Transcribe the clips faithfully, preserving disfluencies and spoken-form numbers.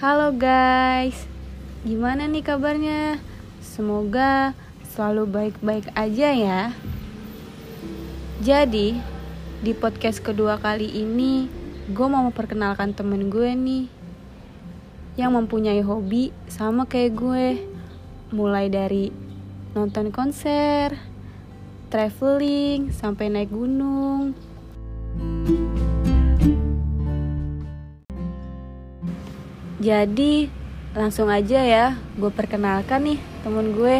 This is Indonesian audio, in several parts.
Halo guys, gimana nih kabarnya? Semoga selalu baik-baik aja ya. Jadi, di podcast kedua kali ini gue mau memperkenalkan temen gue nih yang mempunyai hobi sama kayak gue. Mulai dari nonton konser, traveling, sampai naik gunung. Jadi langsung aja ya gue perkenalkan nih temen gue.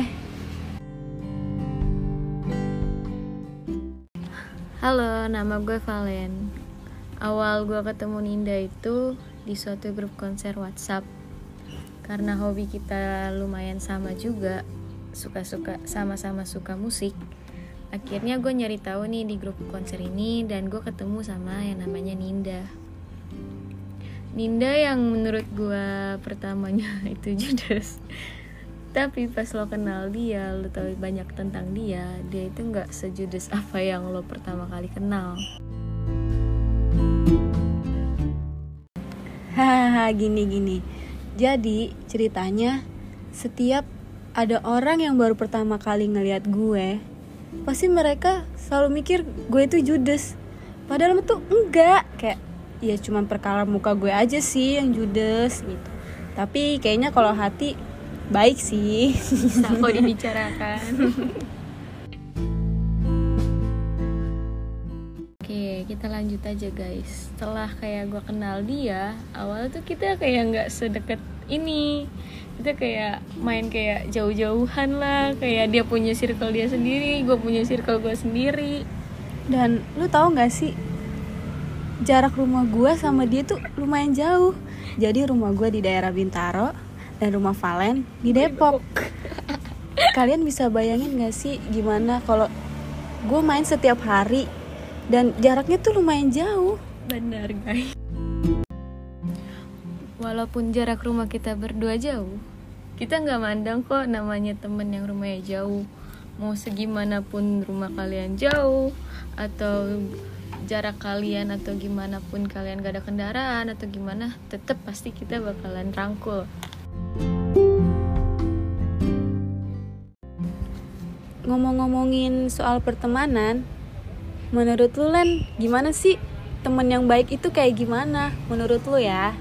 Halo, nama gue Valen. Awal gue ketemu Ninda itu di suatu grup konser WhatsApp. Karena hobi kita lumayan sama juga, suka-suka sama-sama suka musik. Akhirnya gue nyari tahu nih di grup konser ini dan gue ketemu sama yang namanya Ninda. Ninda yang menurut gue pertamanya itu judes. Tapi pas lo kenal dia, lo tahu banyak tentang dia, dia itu gak sejudes apa yang lo pertama kali kenal. Hahaha, gini-gini. Jadi ceritanya, setiap ada orang yang baru pertama kali ngelihat gue, pasti mereka selalu mikir gue itu judes. Padahal itu enggak, kayak ya cuman perkara muka gue aja sih yang judes gitu. Tapi kayaknya kalau hati baik sih. Bisa kok dibicarakan. Oke, kita lanjut aja guys. Setelah kayak gue kenal dia, awalnya tuh kita kayak gak sedekat ini. Kita kayak main kayak jauh-jauhan lah. Kayak dia punya circle dia sendiri, gue punya circle gue sendiri. Dan lu tahu gak sih, jarak rumah gue sama dia tuh lumayan jauh. Jadi rumah gue di daerah Bintaro dan rumah Valen di Depok. Kalian bisa bayangin gak sih gimana kalau gue main setiap hari dan jaraknya tuh lumayan jauh. Benar guys. Walaupun jarak rumah kita berdua jauh, kita gak mandang kok namanya temen yang rumahnya jauh. Mau segimanapun rumah kalian jauh, atau jarak kalian, atau gimana pun kalian gak ada kendaraan atau gimana, tetap pasti kita bakalan rangkul. Ngomong-ngomongin soal pertemanan, menurut lu Len, gimana sih temen yang baik itu kayak gimana menurut lu ya?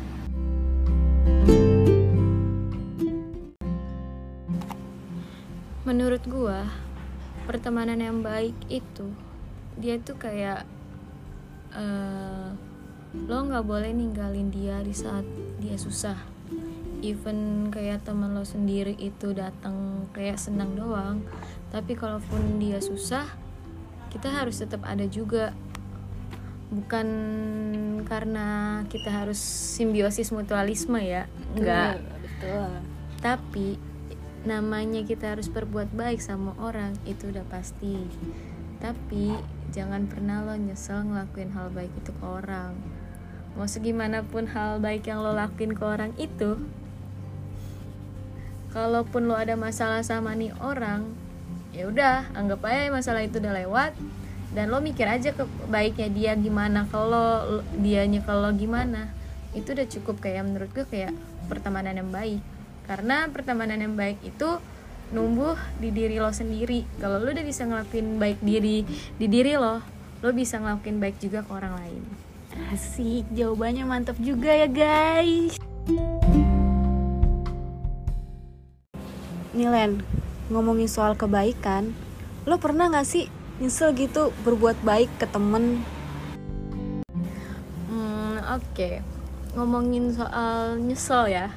Menurut gua, pertemanan yang baik itu dia tuh kayak Uh, lo nggak boleh ninggalin dia di saat dia susah. Even kayak teman lo sendiri itu datang kayak senang doang, tapi kalaupun dia susah, kita harus tetap ada juga. Bukan karena kita harus simbiosis mutualisme ya, enggak. Betul. Tapi namanya kita harus berbuat baik sama orang itu udah pasti. Tapi jangan pernah lo nyesel ngelakuin hal baik itu ke orang. Mau segimanapun hal baik yang lo lakuin ke orang itu, kalaupun lo ada masalah sama nih orang, ya udah anggap aja masalah itu udah lewat dan lo mikir aja ke baiknya dia gimana, kalau dianya kalau gimana. Itu udah cukup kayak menurut gue kayak pertemanan yang baik. Karena pertemanan yang baik itu numbuh di diri lo sendiri. Kalau lo udah bisa ngelakuin baik diri di diri lo, lo bisa ngelakuin baik juga ke orang lain. Asik, jawabannya mantap juga ya guys. Nih Len, ngomongin soal kebaikan, lo pernah gak sih nyesel gitu berbuat baik ke temen? Hmm, oke okay. Ngomongin soal nyesel ya,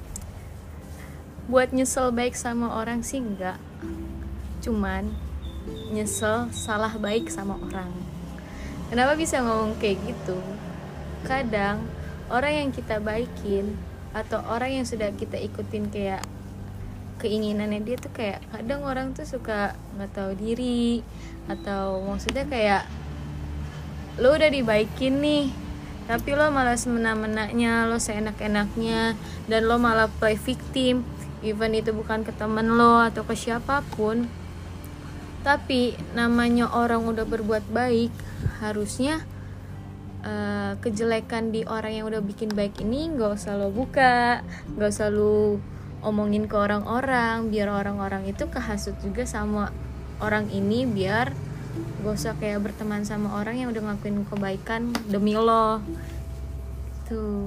buat nyesel baik sama orang sih enggak. Cuman nyesel salah baik sama orang. Kenapa bisa ngomong kayak gitu? Kadang orang yang kita baikin atau orang yang sudah kita ikutin kayak keinginannya dia tuh kayak kadang orang tuh suka gak tahu diri, atau maksudnya kayak lo udah dibaikin nih tapi lo malah semena-menanya, lo seenak-enaknya, dan lo malah play victim. Even itu bukan ke temen lo atau ke siapapun. Tapi namanya orang udah berbuat baik, harusnya uh, kejelekan di orang yang udah bikin baik ini nggak usah lo buka, nggak usah lo omongin ke orang-orang, biar orang-orang itu kehasut juga sama orang ini, biar gak usah kayak berteman sama orang yang udah ngelakuin kebaikan demi lo tuh.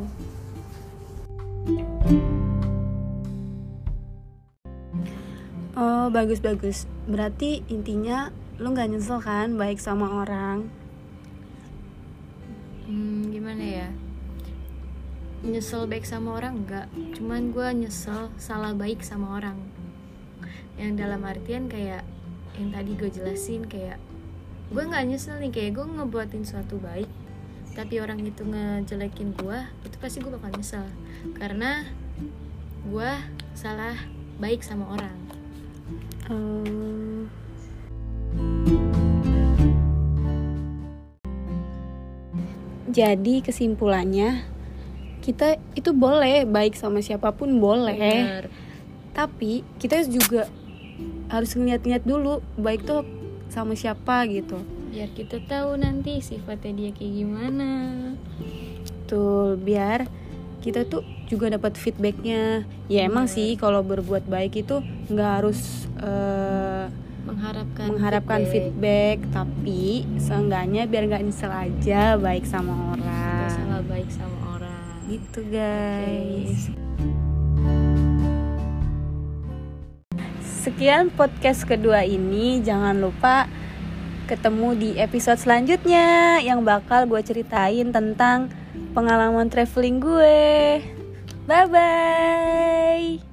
Oh, bagus-bagus. Berarti intinya lu gak nyesel kan baik sama orang? Hmm, gimana ya? Nyesel baik sama orang enggak, cuman gue nyesel salah baik sama orang. Yang dalam artian kayak yang tadi gue jelasin, kayak gue nggak nyesel nih, kayak gue ngebuatin suatu baik tapi orang itu ngejelekin gue, itu pasti gue bakal nyesel karena gue salah baik sama orang. um, Jadi kesimpulannya, kita itu boleh baik sama siapapun, boleh. Bener. Tapi kita juga harus ngeliat-ngeliat dulu baik tuh sama siapa gitu, biar kita tahu nanti sifatnya dia kayak gimana. Betul, biar kita tuh juga dapat feedbacknya. Ya emang sih kalau berbuat baik itu nggak harus uh, mengharapkan mengharapkan feedback. feedback, tapi seenggaknya biar nggak nyesel aja baik sama orang. Gak salah baik sama orang. Gitu guys. Okay. Sekian podcast kedua ini. Jangan lupa ketemu di episode selanjutnya yang bakal gue ceritain tentang pengalaman traveling gue. Bye bye.